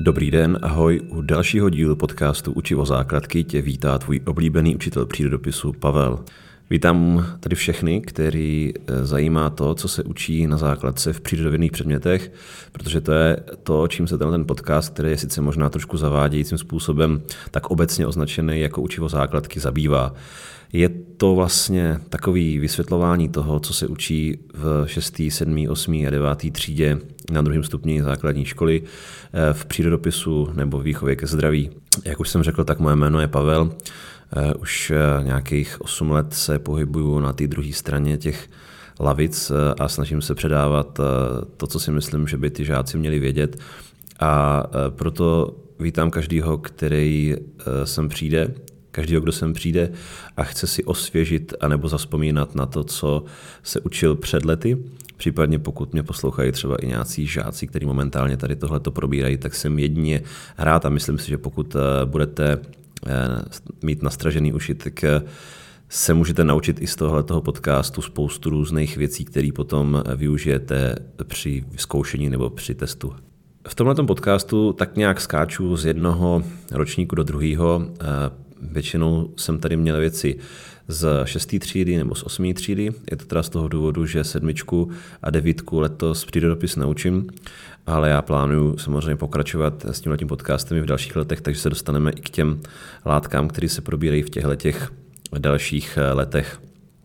Dobrý den, ahoj. U dalšího dílu podcastu Učivo základky tě vítá tvůj oblíbený učitel přírodopisu Pavel. Vítám tady všechny, který zajímá to, co se učí na základce v přírodovědných předmětech, protože to je to, čím se ten podcast, který je sice možná trošku zavádějícím způsobem, tak obecně označený jako Učivo základky, zabývá. Je to vlastně takový vysvětlování toho, co se učí v 6., 7., 8. a 9. třídě na 2. stupni základní školy v přírodopisu nebo v výchově ke zdraví. Jak už jsem řekl, tak moje jméno je Pavel. Už nějakých 8 let se pohybuju na té druhé straně těch lavic a snažím se předávat to, co si myslím, že by ty žáci měli vědět. A proto vítám každýho, který sem přijde, každýho, kdo sem přijde a chce si osvěžit anebo zavzpomínat na to, co se učil před lety. Případně pokud mě poslouchají třeba i nějací žáci, kteří momentálně tady tohleto probírají, tak jsem jedině rád a myslím si, že pokud budete mít nastražený uši, tak se můžete naučit i z tohoto podcastu spoustu různých věcí, které potom využijete při zkoušení nebo při testu. V tomhletom podcastu tak nějak skáču z jednoho ročníku do druhého. Většinou jsem tady měl věci z 6. třídy nebo z 8. třídy. Je to teda z toho důvodu, že 7. a 9. letos přírodopis naučím, ale já plánuju samozřejmě pokračovat s tímhletím podcastem i v dalších letech, takže se dostaneme i k těm látkám, které se probírají v těchto dalších letech.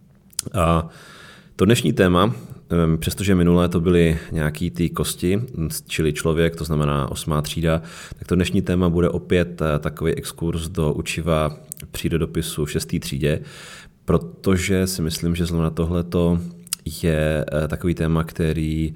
A to dnešní téma, přestože minulé to byly nějaký ty kosti, čili člověk, to znamená 8. třída, tak to dnešní téma bude opět takový exkurs do učiva přírodopisu v 6. třídě, protože si myslím, že zrovna tohleto je takový téma, který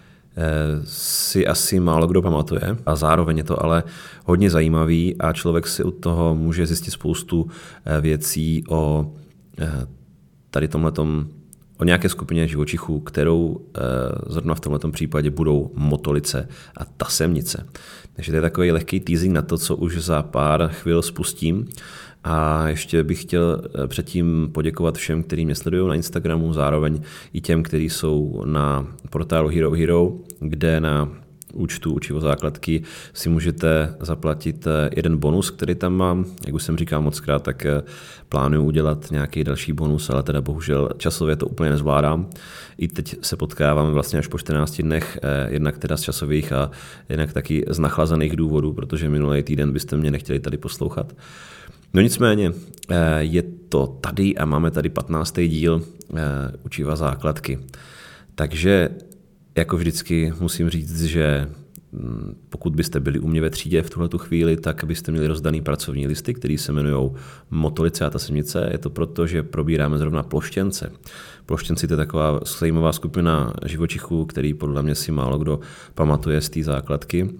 si asi málo kdo pamatuje a zároveň je to ale hodně zajímavý a člověk si u toho může zjistit spoustu věcí o tady tomhletom, o nějaké skupině živočichů, kterou zrovna v tomto případě budou motolice a tasemnice. Takže to je takový lehký teasing na to, co už za pár chvil spustím. A ještě bych chtěl předtím poděkovat všem, kteří mě sledují na Instagramu, zároveň i těm, kteří jsou na portálu Hero Hero, kde na účtu Učivo základky si můžete zaplatit jeden bonus, který tam mám. Jak už jsem říkal mockrát, tak plánuju udělat nějaký další bonus, ale teda bohužel časově to úplně nezvládám. I teď se potkáváme vlastně až po 14 dnech, jednak teda z časových a jednak taky z nachlazených důvodů, protože minulý týden byste mě nechtěli tady poslouchat. No nicméně, je to tady a máme tady 15. díl Učiva základky. Takže jako vždycky musím říct, že pokud byste byli u mě ve třídě v tuhletu chvíli, tak byste měli rozdaný pracovní listy, které se jmenují Motolice a tasemnice. Je to proto, že probíráme zrovna ploštěnce. Ploštěnci to je taková zajímavá skupina živočichů, který podle mě si málo kdo pamatuje z té základky.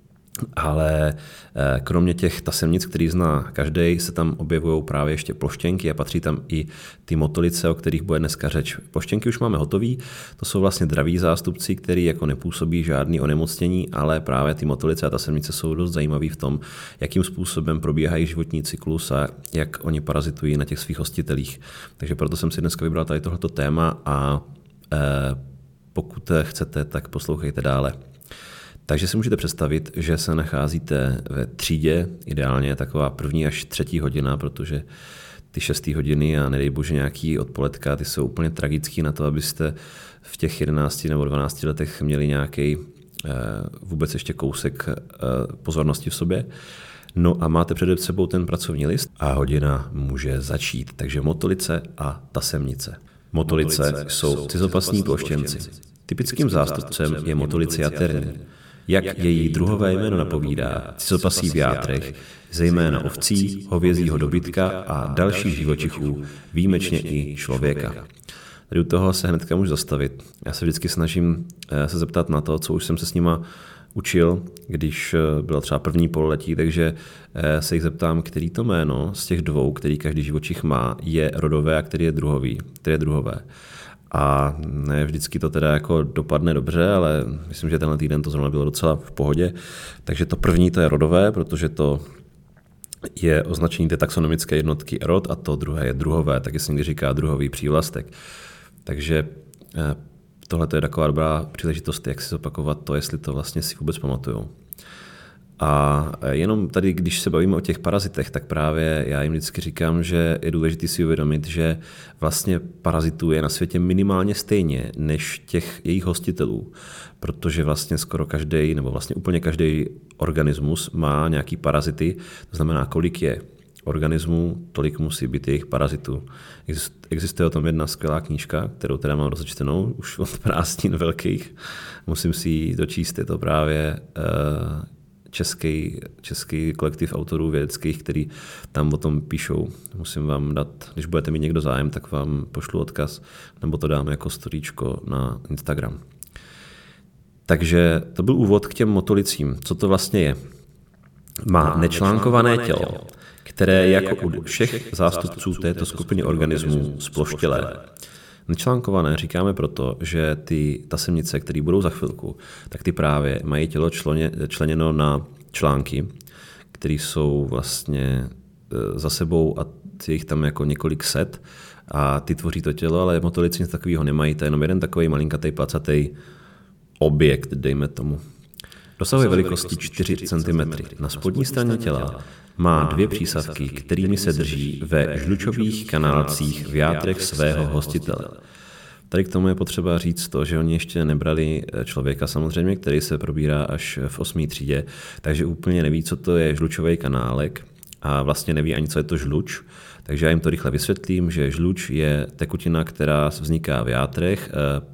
Ale kromě těch tasemnic, který zná každý, se tam objevují právě ještě ploštěnky a patří tam i ty motolice, o kterých bude dneska řeč. Ploštěnky už máme hotový, to jsou vlastně draví zástupci, který jako nepůsobí žádný onemocnění, ale právě ty motolice a tasemnice jsou dost zajímavý v tom, jakým způsobem probíhají životní cyklus a jak oni parazitují na těch svých hostitelích. Takže proto jsem si dneska vybral tady tohleto téma a pokud chcete, tak poslouchejte dále. Takže si můžete představit, že se nacházíte ve třídě, ideálně taková 1. až 3. hodina, protože ty 6. hodiny a nedej bože nějaký odpoledka, ty jsou úplně tragický na to, abyste v těch 11 nebo 12 letech měli nějaký vůbec ještě kousek pozornosti v sobě. No a máte před sebou ten pracovní list a hodina může začít. Takže motolice a tasemnice. Motolice jsou cizopasní ploštěnci. Typickým zástupcem je motolice jaterní. Jak její druhové jméno napovídá, cizopasí v játrech, zejména ovcí, hovězího dobytka a dalších živočichů, výjimečně i člověka. Tady u toho se hnedka můžu zastavit. Já se vždycky snažím se zeptat na to, co už jsem se s nima učil, když bylo třeba první pololetí, takže se jich zeptám, který to jméno z těch dvou, který každý živočich má, je rodové a který je druhové. A ne vždycky to teda jako dopadne dobře, ale myslím, že tenhle týden to zrovna bylo docela v pohodě. Takže to první to je rodové, protože to je označení té taxonomické jednotky rod a to druhé je druhové, taky se někdy říká druhový přívlastek. Takže tohle je taková dobrá příležitost, jak si zopakovat to, jestli to vlastně si vůbec pamatujou. A jenom tady, když se bavíme o těch parazitech, tak právě já jim vždycky říkám, že je důležité si uvědomit, že vlastně parazitů je na světě minimálně stejně než těch jejich hostitelů, protože vlastně skoro každý, nebo vlastně úplně každý organismus má nějaký parazity, to znamená, kolik je organismů, tolik musí být jejich parazitů. Existuje o tom jedna skvělá knížka, kterou teda mám rozečtenou už od prázdnin velkých. Musím si ji dočíst, je to právě český kolektiv autorů vědeckých, který tam o tom píšou. Musím vám dát, když budete mít někdo zájem, tak vám pošlu odkaz, nebo to dám jako storíčko na Instagram. Takže to byl úvod k těm motolicím. Co to vlastně je? Má nečlánkované tělo, které je jako u všech zástupců této skupiny organismů sploštělé. Nečlánkované říkáme proto, že ty tasemnice, které budou za chvilku, tak ty právě mají tělo členěno na články, které jsou vlastně za sebou a je jich tam jako několik set a ty tvoří to tělo, ale motolici nic takového nemají, to je jenom jeden takový malinkatej, placatej objekt, dejme tomu. Dosahuje velikosti 4 cm. Na spodní straně těla má 2 přísavky, kterými se drží ve žlučových kanálcích v játrech svého hostitele. Tady k tomu je potřeba říct to, že oni ještě nebrali člověka samozřejmě, který se probírá až v 8. třídě, takže úplně neví, co to je žlučový kanálek a vlastně neví ani, co je to žluč. Takže já jim to rychle vysvětlím, že žluč je tekutina, která vzniká v játrech,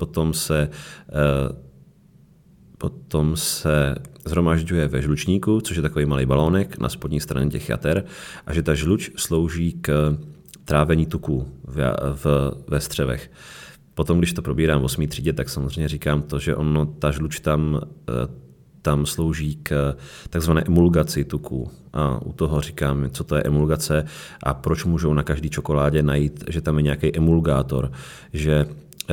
potom se zhromažďuje ve žlučníku, což je takový malý balónek na spodní straně těch jater, a že ta žluč slouží k trávení tuků ve střevech. Potom, když to probírám v 8. třídě, tak samozřejmě říkám to, že ta žluč tam slouží k takzvané emulgaci tuků. A u toho říkám, co to je emulgace a proč můžou na každé čokoládě najít, že tam je nějaký emulgátor, že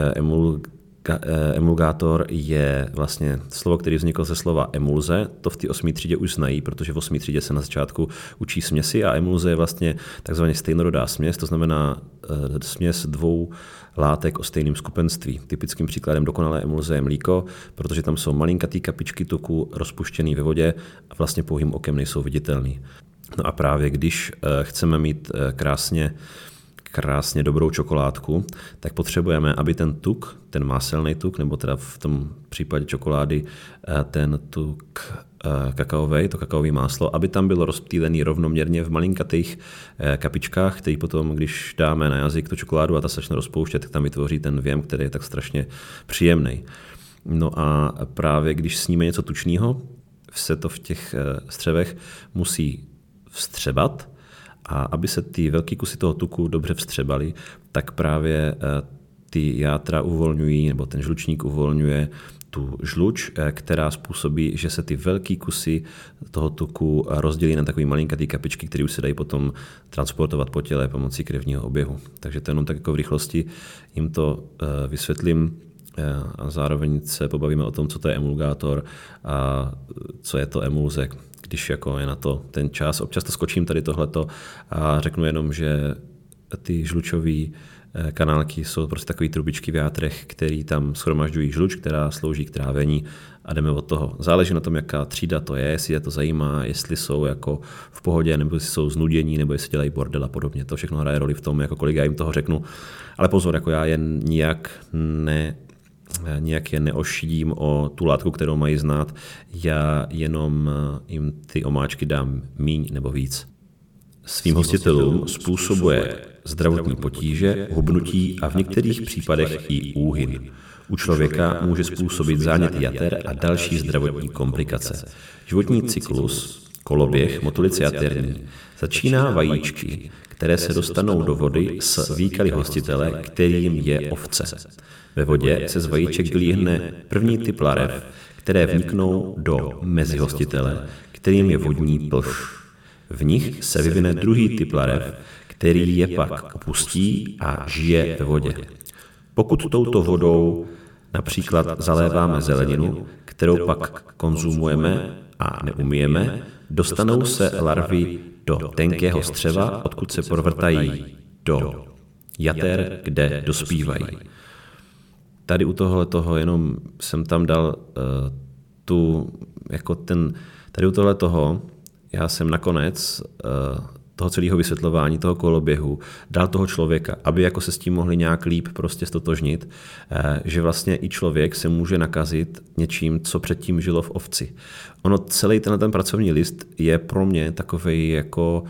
emulgátor je vlastně slovo, které vzniklo ze slova emulze. To v té 8. třídě už znají, protože v 8. třídě se na začátku učí směsi a emulze je vlastně takzvaně stejnorodá směs, to znamená směs 2 látek o stejném skupenství. Typickým příkladem dokonalé emulze je mlíko, protože tam jsou malinkatý kapičky tuku rozpuštěný ve vodě a vlastně pouhým okem nejsou viditelný. No a právě když chceme mít krásně dobrou čokoládku, tak potřebujeme, aby ten tuk, ten máselný tuk, nebo teda v tom případě čokolády ten tuk kakaový, to kakaové máslo, aby tam bylo rozptýlený rovnoměrně v malinkatých kapičkách, který potom, když dáme na jazyk tu čokoládu a ta se začne rozpouštět, tak tam vytvoří ten vjem, který je tak strašně příjemný. No a právě když sníme něco tučného, se to v těch střevech musí vstřebat, a aby se ty velký kusy toho tuku dobře vstřebaly, tak právě ty játra uvolňují, nebo ten žlučník uvolňuje tu žluč, která způsobí, že se ty velký kusy toho tuku rozdělí na takové malinkatý kapičky, které už se dají potom transportovat po těle pomocí krevního oběhu. Takže to jenom tak jako v rychlosti jim to vysvětlím a zároveň se pobavíme o tom, co to je emulgátor a co je to emulze, když jako je na to ten čas. Občas to skočím tady tohleto a řeknu jenom, že ty žlučové kanálky jsou prostě takové trubičky v játrech, které tam shromažďují žluč, která slouží k trávení a jdeme od toho. Záleží na tom, jaká třída to je, jestli je to zajímá, jestli jsou jako v pohodě, nebo jestli jsou znudění, nebo jestli dělají bordel a podobně. To všechno hraje roli v tom, jako kolik já jim toho řeknu. Ale pozor, jako já jen nijak je neošidím o tu látku, kterou mají znát, já jenom jim ty omáčky dám míň nebo víc. Svým hostitelům způsobuje zdravotní potíže, hubnutí a v některých případech i úhyn. U člověka může způsobit zánět jater a další zdravotní komplikace. Životní cyklus, koloběh motolice jaterní, začíná vajíčky, které se dostanou do vody s výkaly hostitele, kterým je ovce. Ve vodě se z vajíček vylíhne první typ larev, které vniknou do mezihostitele, kterým je vodní plž. V nich se vyvine druhý typ larev, který je pak opustí a žije ve vodě. Pokud touto vodou například zaléváme zeleninu, kterou pak konzumujeme a neumyjeme, dostanou se larvy do tenkého střeva, odkud se provrtají do jater, kde dospívají. Tady u toho jenom jsem tam dal Tady u tohle toho já jsem nakonec toho celého vysvětlování, toho koloběhu, dal toho člověka, aby jako se s tím mohli nějak líp prostě stotožnit, že vlastně i člověk se může nakazit něčím, co předtím žilo v ovci. Ono celý ten pracovní list je pro mě takovej jako,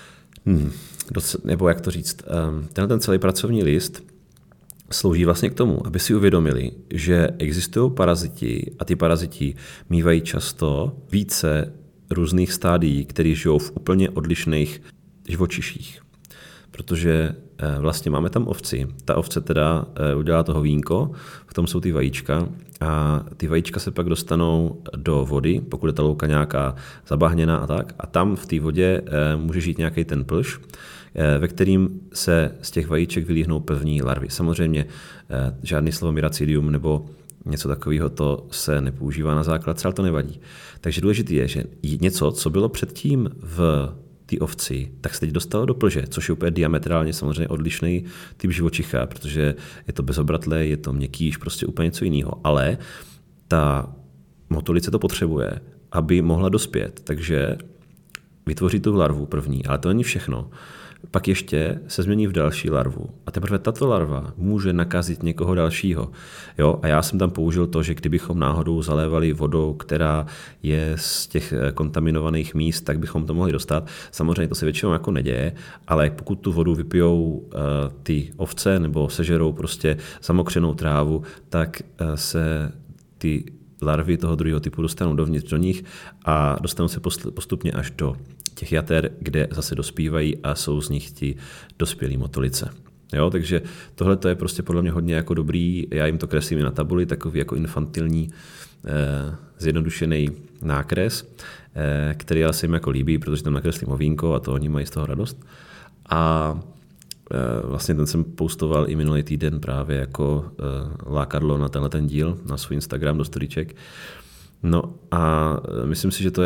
nebo jak to říct, ten celý pracovní list slouží vlastně k tomu, aby si uvědomili, že existují paraziti a ty paraziti mívají často více různých stádií, které žijou v úplně odlišných živočiších. Protože vlastně máme tam ovci. Ta ovce teda udělá toho vínko, v tom jsou ty vajíčka a ty vajíčka se pak dostanou do vody, pokud je ta louka nějaká zabahněná a tak. A tam v té vodě může žít nějaký ten plž, ve kterým se z těch vajíček vylíhnou pevní larvy. Samozřejmě žádný slovo miracidium nebo něco takového to se nepoužívá na základce, ale to nevadí. Takže důležité je, že něco, co bylo předtím v té ovci, tak se teď dostalo do plže, což je úplně diametrálně samozřejmě odlišný typ živočicha, protože je to bezobratlé, je to měkkýš, prostě úplně něco jiného. Ale ta motolice to potřebuje, aby mohla dospět, takže vytvoří tu larvu první, ale to není všechno. Pak ještě se změní v další larvu a teprve tato larva může nakazit někoho dalšího. Jo? A já jsem tam použil to, že kdybychom náhodou zalévali vodou, která je z těch kontaminovaných míst, tak bychom to mohli dostat. Samozřejmě to se většinou jako neděje, ale pokud tu vodu vypijou ty ovce nebo sežerou prostě zamokřenou trávu, tak se ty larvy toho druhého typu dostanou dovnitř do nich a dostanou se postupně až do těch jater, kde zase dospívají a jsou z nich ti dospělí motolice. Jo, takže tohle je prostě podle mě hodně jako dobrý, já jim to kreslím na tabuli, takový jako infantilní zjednodušený nákres, který ale se jim jako líbí, protože tam nakreslím hovínko a to oni mají z toho radost. A vlastně ten jsem postoval i minulý týden právě jako lákadlo na tenhle ten díl, na svůj Instagram do storyček. No a myslím si, že to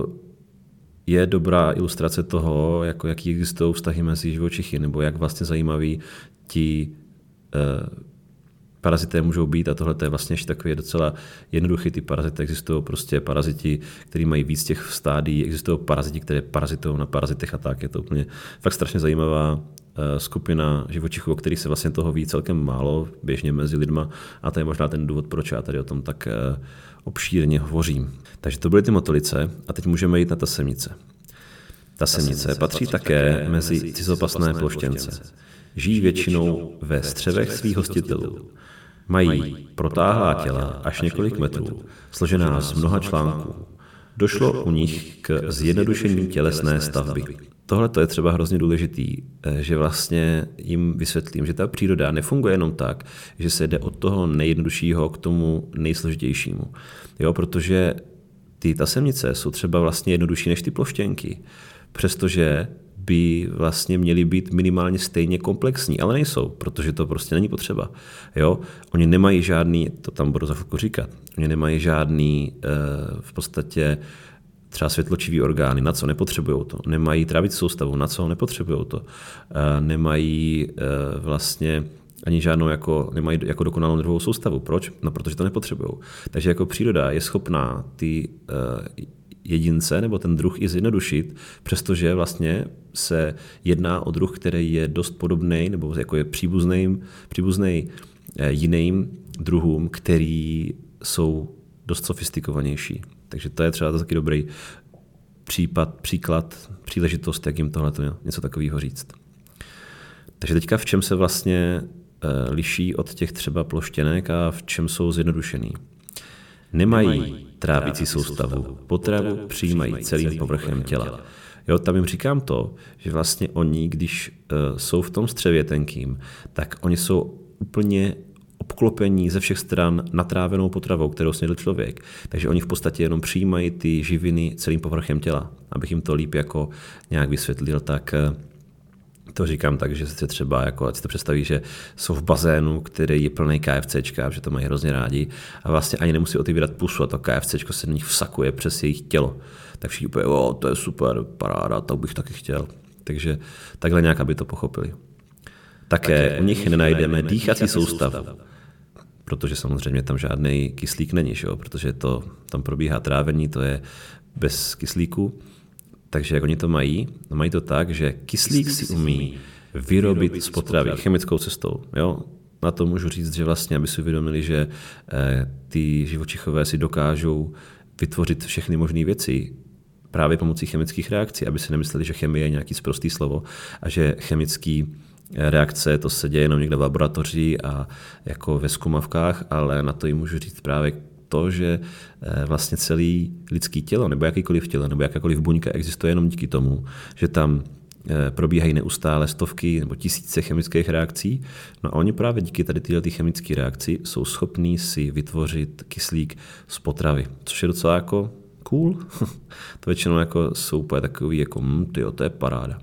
je dobrá ilustrace toho, jako jaký existují vztahy mezi živočichy, nebo jak vlastně zajímaví ti parazité můžou být a tohle je vlastně ještě takový docela jednoduchý typ parazity. Existují prostě paraziti, kteří mají víc těch stádií, existují paraziti, které parazitují na parazitech a tak. Je to úplně fakt strašně zajímavá skupina živočichů, o kterých se vlastně toho ví celkem málo běžně mezi lidma a to je možná ten důvod, proč já tady o tom tak obšírně hovořím. Takže to byly ty motolice a teď můžeme jít na tasemnice. Tasemnice patří také mezi cizopasné ploštěnce. Žijí většinou ve střevech svých hostitelů. Mají protáhlá těla až několik metrů, složená z mnoha článků. Došlo u nich k zjednodušení tělesné stavby. Tohle je třeba hrozně důležitý, že vlastně jim vysvětlím, že ta příroda nefunguje jenom tak, že se jde od toho nejjednoduššího k tomu nejsložitějšímu. Jo, protože ty tasemnice jsou třeba vlastně jednodušší než ty ploštěnky, přestože by vlastně měly být minimálně stejně komplexní, ale nejsou, protože to prostě není potřeba. Jo? Oni nemají žádný, to tam budu za chvilku říkat, oni nemají žádný v podstatě třeba světločivý orgány, na co nepotřebujou to. Nemají trávicí soustavu, na co nepotřebujou to. Nemají vlastně ani žádnou nemají jako dokonalou nervovou soustavu. Proč? No, protože to nepotřebujou. Takže jako příroda je schopná ty jedince nebo ten druh i zjednodušit, přestože vlastně se jedná o druh, který je dost podobný nebo jako je příbuzný jiným druhům, který jsou dost sofistikovanější. Takže to je třeba taky dobrý příklad, příležitost, jak jim tohle něco takového říct. Takže teďka v čem se vlastně liší od těch třeba ploštěnek a v čem jsou zjednodušený. Nemají trávicí soustavu, potravu přijímají celým povrchem těla. Jo, tam jim říkám to, že vlastně oni, když jsou v tom střevě tenkým, tak oni jsou úplně obklopení ze všech stran natrávenou potravou, kterou snědl člověk. Takže oni v podstatě jenom přijímají ty živiny celým povrchem těla. Abych jim to líp jako nějak vysvětlil, tak to říkám tak, že se třeba, ať si to představí, že jsou v bazénu, který je plný KFCčka, že to mají hrozně rádi a vlastně ani nemusí otevírat pusu a to KFCčko se do nich vsakuje přes jejich tělo. Tak všichni úplně, to je super, paráda, to bych taky chtěl. Takže takhle nějak, aby to pochopili. Také u nich nenajdeme dýchací soustavu, protože samozřejmě tam žádný kyslík není, že jo? Protože to tam probíhá trávení, to je bez kyslíku. Takže jak oni to mají? Mají to tak, že kyslík si umí vyrobit z potravy chemickou cestou. Jo? Na to můžu říct, že vlastně, aby si uvědomili, že ty živočichové si dokážou vytvořit všechny možné věci právě pomocí chemických reakcí, aby si nemysleli, že chemie je nějaký sprostý slovo a že chemické reakce, to se děje jenom někde v laboratoři a jako ve zkumavkách, ale na to jim můžu říct právě to, že vlastně celý lidský tělo nebo jakýkoliv tělo nebo jakákoliv buňka existuje jenom díky tomu, že tam probíhají neustále stovky nebo tisíce chemických reakcí. No a oni právě díky tady této chemické reakci jsou schopní si vytvořit kyslík z potravy, což je docela jako cool. To většinou jako jsou úplně takový jako tyjo, to je paráda.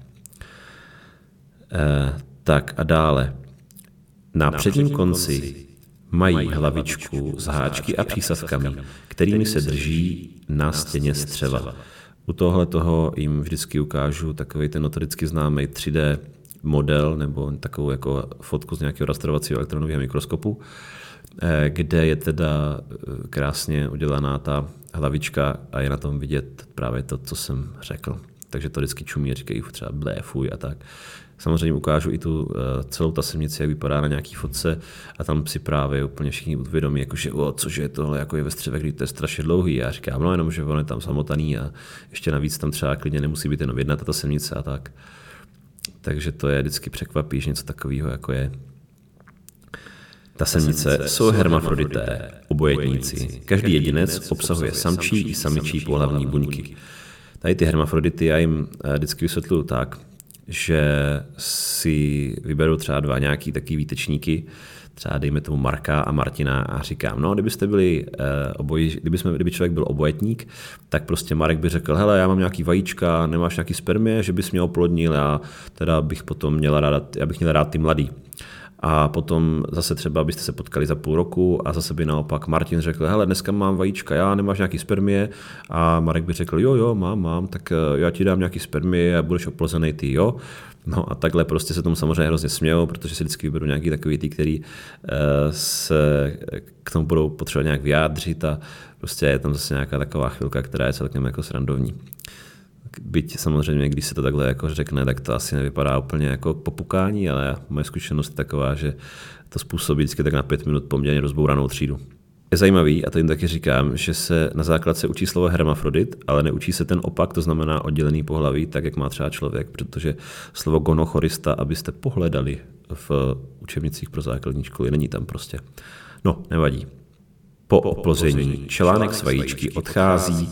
Tak a dále. Na předním konci mají hlavičku s háčky a přísavkami, kterými se drží na stěně střeva. U tohle toho jim vždycky ukážu takový ten notoricky známý 3D model nebo takovou jako fotku z nějakého rastrovacího elektronového mikroskopu, kde je teda krásně udělaná ta hlavička a je na tom vidět právě to, co jsem řekl. Takže to vždycky čumí a říkají třeba fuj a tak. Samozřejmě ukážu i tu celou ta semnici, jak vypadá na nějaký fotce a tam si právě úplně všichni uvědomí, jakože cože je tohle, jako je ve střevech, když to je strašně dlouhý. A já říkám, no jenom, že on je tam samotaný a ještě navíc tam třeba klidně nemusí být jenom jedna ta semnice a tak. Takže to je vždycky překvapí, že něco takového jako je. Ta semnice jsou hermafrodité, obojetníci. Každý jedinec obsahuje samčí i samičí pohlavní buňky. Tady ty hermafrodity já jim vždycky vysvětluju tak, že si vyberou třeba dva nějaký takový výtečníky, třeba dejme tomu Marka a Martina a říkám, no kdybyste byli kdyby člověk byl obojetník, tak prostě Marek by řekl, hele, já mám nějaký vajíčka, nemáš nějaký spermie, že bys mě oplodnil a teda bych potom měl rád ty mladý. A potom zase třeba byste se potkali za půl roku a zase by naopak Martin řekl, hele, dneska mám vajíčka, já nemáš nějaký spermie a Marek by řekl, jo, mám, tak já ti dám nějaký spermie a budeš oplozenej ty, jo. No a takhle prostě se tomu samozřejmě hrozně smějou, protože si vždycky vyberu nějaký takový ty, který se k tomu budou potřebovat nějak vyjádřit a prostě je tam zase nějaká taková chvilka, která je celkem jako srandovní. Byť samozřejmě, když se to takhle jako řekne, tak to asi nevypadá úplně jako popukání, ale moje zkušenost je taková, že to způsobí vždycky tak na 5 minut poměrně rozbouranou třídu. Je zajímavý, a to jim taky říkám, že se na základce učí slovo hermafrodit, ale neučí se ten opak, to znamená oddělený pohlaví, tak jak má třeba člověk, protože slovo gonochorista, abyste pohledali v učebnicích pro základní školy, není tam prostě. No, nevadí. Po oplození článek z vajíčky odchází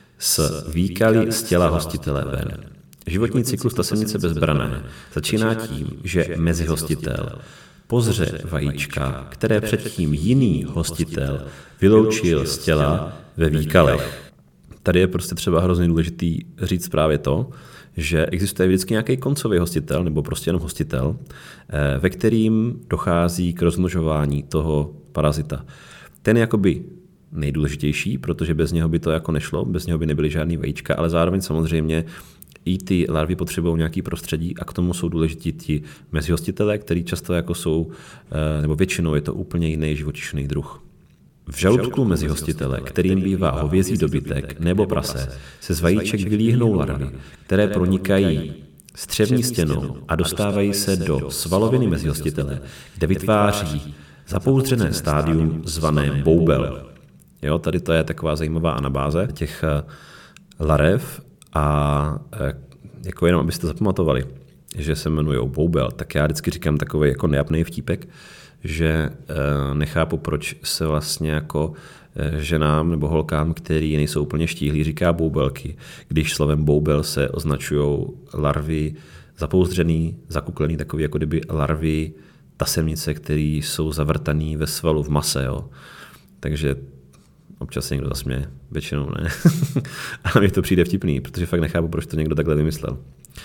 s výkaly z těla hostitele ven. Životní cyklus tasemnice bezbrané začíná tím, že mezihostitel pozře vajíčka, které předtím jiný hostitel vyloučil z těla ve výkalech. Tady je prostě třeba hrozně důležitý říct právě to, že existuje vždycky nějaký koncový hostitel, nebo prostě jenom hostitel, ve kterým dochází k rozmnožování toho parazita. Ten jakoby nejdůležitější, protože bez něho by to jako nešlo, bez něho by nebyly žádný vajíčka, ale zároveň samozřejmě i ty larvy potřebují nějaký prostředí a k tomu jsou důležití ti mezihostitelé, který často jako jsou, nebo většinou je to úplně jiný živočišný druh. V žaludku mezihostitele, kterým bývá hovězí dobytek nebo prase, se z vajíček vylíhnou larvy, které pronikají střevní stěnou a dostávají se do svaloviny mezihostitele, kde vytváří zapouzdřené stádium zvané boubel. Jo, tady to je taková zajímavá anabáze těch larev a jako jenom abyste zapamatovali, že se jmenujou boubel, tak já vždycky říkám takový jako nejapnej vtípek, že nechápu, proč se vlastně jako ženám nebo holkám, který nejsou úplně štíhlí, říká boubelky, když slovem boubel se označují larvy zapouzdřený, zakuklený, takový jako kdyby larvy tasemnice, které jsou zavrtané ve svalu v mase. Jo. Takže občas se někdo zasměje, většinou ne. A mi to přijde vtipný, protože fakt nechápu, proč to někdo takhle vymyslel.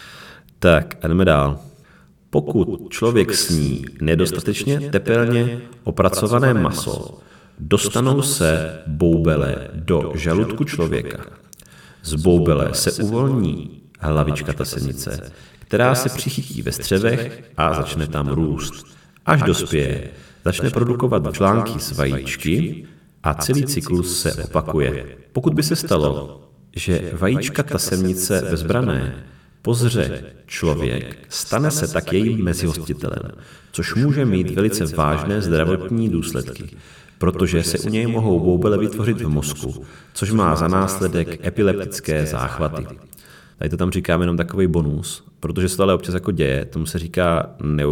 Tak, a jdeme dál. Pokud člověk sní nedostatečně tepelně opracované maso, dostanou se boubele do žaludku člověka. Z boubele se uvolní hlavička tasemnice, která se přichytí ve střevech a začne tam růst. Až dospěje, začne produkovat články z vajíčky a celý cyklus se opakuje. Pokud by se stalo, že vajíčka tasemnice bezbrané pozře člověk, stane se tak jejím mezihostitelem, což může mít velice vážné zdravotní důsledky, protože se u něj mohou boubele vytvořit v mozku, což má za následek epileptické záchvaty. Tady to tam říkáme jenom takový bonus, protože se to ale občas jako děje, tomu se říká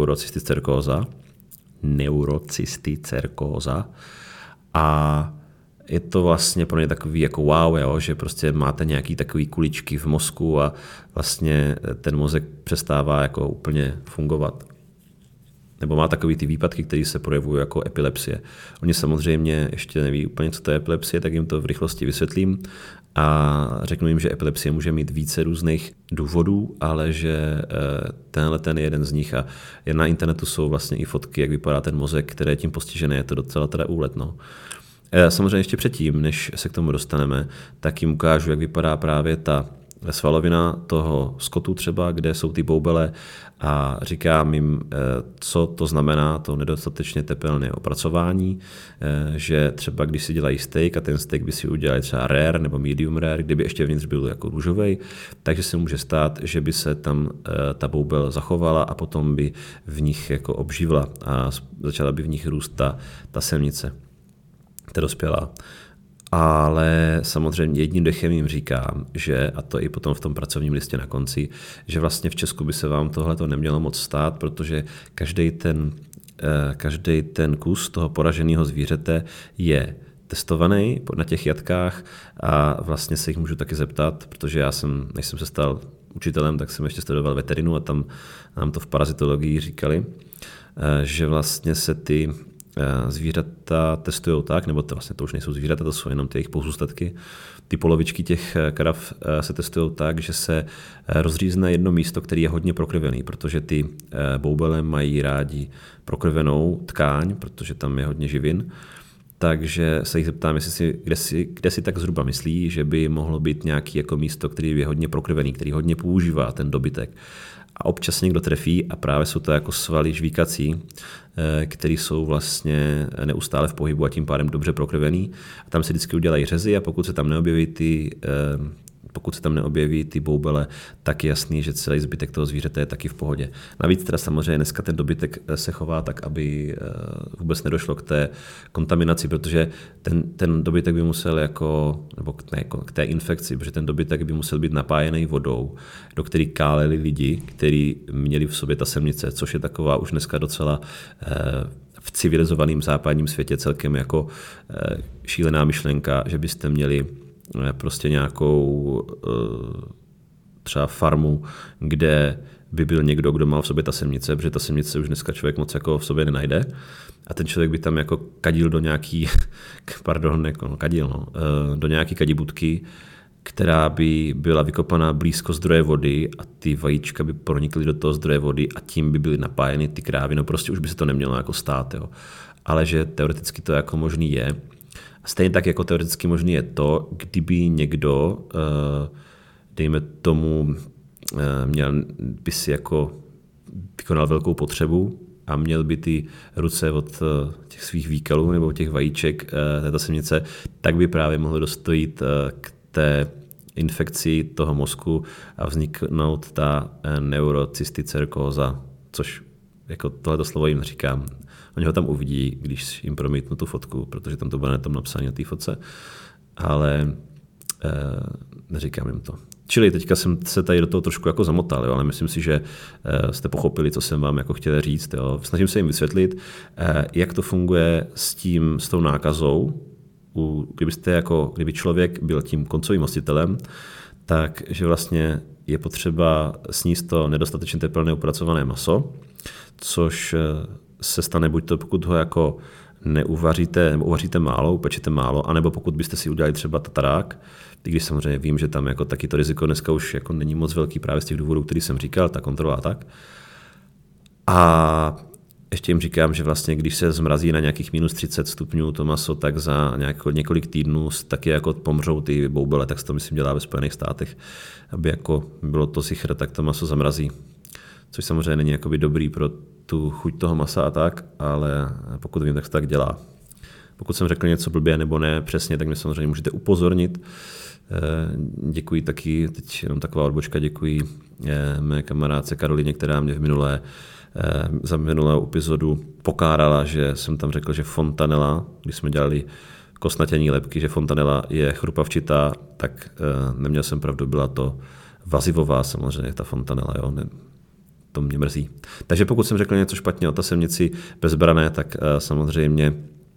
neurocysticerkóza a je to vlastně pro ně takový jako wow, jo, že prostě máte nějaký takový kuličky v mozku a vlastně ten mozek přestává jako úplně fungovat. Nebo má takový ty výpadky, které se projevují jako epilepsie. Oni samozřejmě ještě neví úplně, co to je epilepsie, tak jim to v rychlosti vysvětlím a řeknu jim, že epilepsie může mít více různých důvodů, ale že tenhle ten je jeden z nich a na internetu jsou vlastně i fotky, jak vypadá ten mozek, který je tím postižený, je to docela teda úlet. No. Samozřejmě ještě předtím, než se k tomu dostaneme, tak jim ukážu, jak vypadá právě ta svalovina toho skotu třeba, kde jsou ty boubele a říkám jim, co to znamená to nedostatečně tepelné opracování, že třeba když si dělají steak a ten steak by si udělali třeba rare nebo medium rare, kdyby ještě vnitř byl jako růžovej, takže se může stát, že by se tam ta boubel zachovala a potom by v nich jako obživla a začala by v nich růst ta semnice, ta dospělá. Ale samozřejmě jedním dechem jim říkám, že, a to i potom v tom pracovním listě na konci, že vlastně v Česku by se vám tohleto nemělo moc stát, protože každý ten kus toho poraženého zvířete je testovaný na těch jatkách a vlastně se jich můžu taky zeptat, protože než jsem se stal učitelem, tak jsem ještě studoval veterinu a tam nám to v parazitologii říkali, že vlastně se ty zvířata testují tak, nebo to už nejsou zvířata, to jsou jenom ty jejich pozůstatky. Ty polovičky těch krav se testují tak, že se rozřízne jedno místo, které je hodně prokrvený, protože ty boubele mají rádi prokrvenou tkáň, protože tam je hodně živin. Takže se jich zeptám, kde si tak zhruba myslí, že by mohlo být nějaké jako místo, který je hodně prokrvený, který hodně používá ten dobytek. A občas někdo trefí a právě jsou to jako svaly žvíkací, které jsou vlastně neustále v pohybu a tím pádem dobře prokrvený. A tam se vždycky udělají řezy a pokud se tam neobjeví ty boubele, tak je jasný, že celý zbytek toho zvířete je taky v pohodě. Navíc teda samozřejmě dneska ten dobytek se chová tak, aby vůbec nedošlo k té kontaminaci, protože ten dobytek by musel k té infekci, protože ten dobytek by musel být napájený vodou, do který káleli lidi, kteří měli v sobě ta semnice, což je taková už dneska docela v civilizovaném západním světě celkem jako šílená myšlenka, že byste měli prostě nějakou třeba farmu, kde by byl někdo, kdo má v sobě ta semnice, protože ta semnice už dneska člověk moc jako v sobě nenajde a ten člověk by tam jako kadil do nějaký, do nějaký kadibudky, která by byla vykopaná blízko zdroje vody a ty vajíčka by pronikly do toho zdroje vody a tím by byly napájeny ty krávy, no prostě už by se to nemělo jako stát, jo. Ale že teoreticky to jako možný je. Stejně tak jako teoreticky možný je to, kdyby někdo, dejme tomu, by si jako vykonal velkou potřebu a měl by ty ruce od těch svých výkalů nebo těch vajíček této semnice, tak by právě mohlo dostojit k té infekci toho mozku a vzniknout ta neurocysticerkóza, což jako tohleto slovo jim říkám. Oni ho tam uvidí, když jim promítnu tu fotku, protože tam to bude na tom napsané na té fotce, ale neříkám jim to. Čili teďka jsem se tady do toho trošku jako zamotal, jo, ale myslím si, že jste pochopili, co jsem vám jako chtěl říct. Jo. Snažím se jim vysvětlit, jak to funguje s tou nákazou, kdyby člověk byl tím koncovým hostitelem, takže vlastně je potřeba sníst to nedostatečně teplné upracované maso, což se stane buď to, pokud ho jako neuvaříte, nebo uvaříte málo, upečete málo, anebo pokud byste si udělali třeba tatarák, i když samozřejmě vím, že tam jako taky to riziko dneska už jako není moc velký právě z těch důvodů, který jsem říkal, ta kontrola a tak. A ještě jim říkám, že vlastně když se zmrazí na nějakých minus 30 stupňů to maso, tak za několik týdnů taky jako pomřou ty boubele, tak se to myslím dělá ve Spojených státech, aby jako bylo to sichr, tak to maso zamrazí. Což samozřejmě není jakoby dobrý pro tu chuť toho masa a tak, ale pokud vím, tak se tak dělá. Pokud jsem řekl něco blbě nebo ne přesně, tak mě samozřejmě můžete upozornit. Děkuji taky, teď jenom taková odbočka, děkuji mé kamarádce Karolině, která mě za minulou epizodu pokárala, že jsem tam řekl, že fontanela, když jsme dělali kostnatění lebky, že fontanela je chrupavčitá, tak neměl jsem pravdu, byla to vazivová samozřejmě, ta fontanela, jo, to mě mrzí. Takže pokud jsem řekl něco špatně o tasemnici bezbrané, tak samozřejmě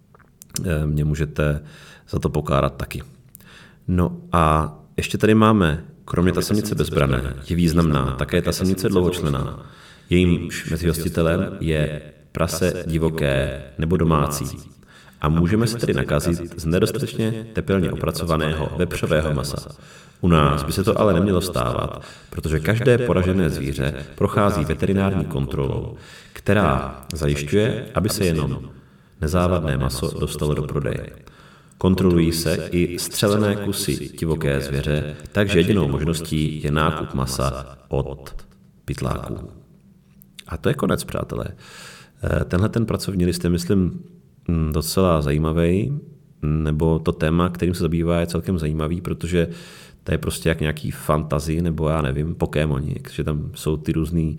mě můžete za to pokárat taky. No a ještě tady máme, kromě tasemnice bezbrané, je významná také tasemnice dlouhočlenná. Jejímž mezihostitelem je prase divoké nebo domácí. A můžeme se tedy nakazit z nedostatečně tepelně opracovaného vepřového masa. U nás by se to ale nemělo stávat, protože každé poražené zvíře prochází veterinární kontrolou, která zajišťuje, aby se jenom nezávadné maso dostalo do prodeje. Kontrolují se i střelené kusy divoké zvěře, takže jedinou možností je nákup masa od pytláků. A to je konec, přátelé. Tenhle ten pracovní list je, myslím, docela zajímavý, nebo to téma, kterým se zabývá, je celkem zajímavý, protože to je prostě jak nějaký fantasy, nebo já nevím, Pokémoni, že tam jsou ty různé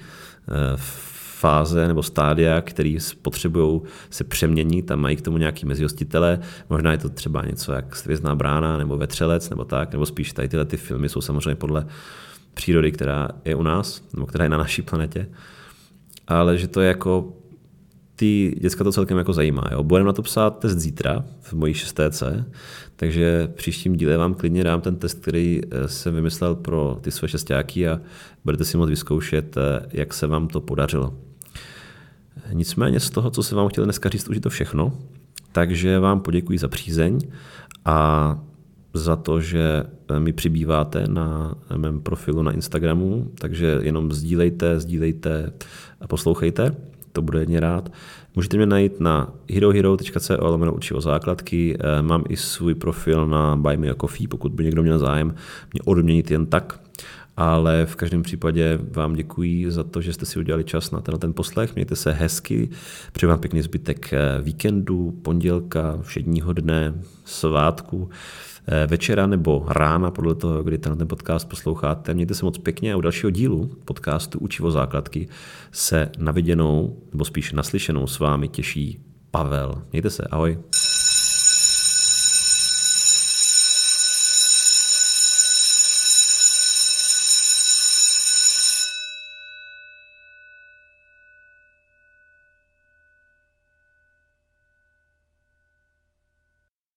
fáze nebo stádia, které potřebují se přeměnit a mají k tomu nějaký mezihostitele. Možná je to třeba něco jak Svězná brána nebo Vetřelec nebo tak, nebo spíš tady tyhle ty filmy jsou samozřejmě podle přírody, která je u nás, nebo která je na naší planetě. Ale že to je jako ty děcka to celkem jako zajímá. Jo? Budeme na to psát test zítra v mojí 6C, takže příštím díle vám klidně dám ten test, který jsem vymyslel pro ty své šestáky a budete si moct vyzkoušet, jak se vám to podařilo. Nicméně z toho, co jsem vám chtěl dneska říct, už je to všechno, takže vám poděkuji za přízeň a za to, že mi přibýváte na mém profilu na Instagramu, takže jenom sdílejte a poslouchejte, to budu jedně rád. Můžete mě najít na herohero.co/učivo základky, mám i svůj profil na Buy Me a Coffee, pokud by někdo měl zájem mě odměnit jen tak, ale v každém případě vám děkuji za to, že jste si udělali čas na ten poslech, mějte se hezky, přeji vám pěkný zbytek víkendu, pondělka, všedního dne, svátku, večera nebo rána, podle toho, kdy ten podcast posloucháte. Mějte se moc pěkně a u dalšího dílu podcastu Učivo základky se na viděnou, nebo spíš naslyšenou s vámi těší Pavel. Mějte se, ahoj.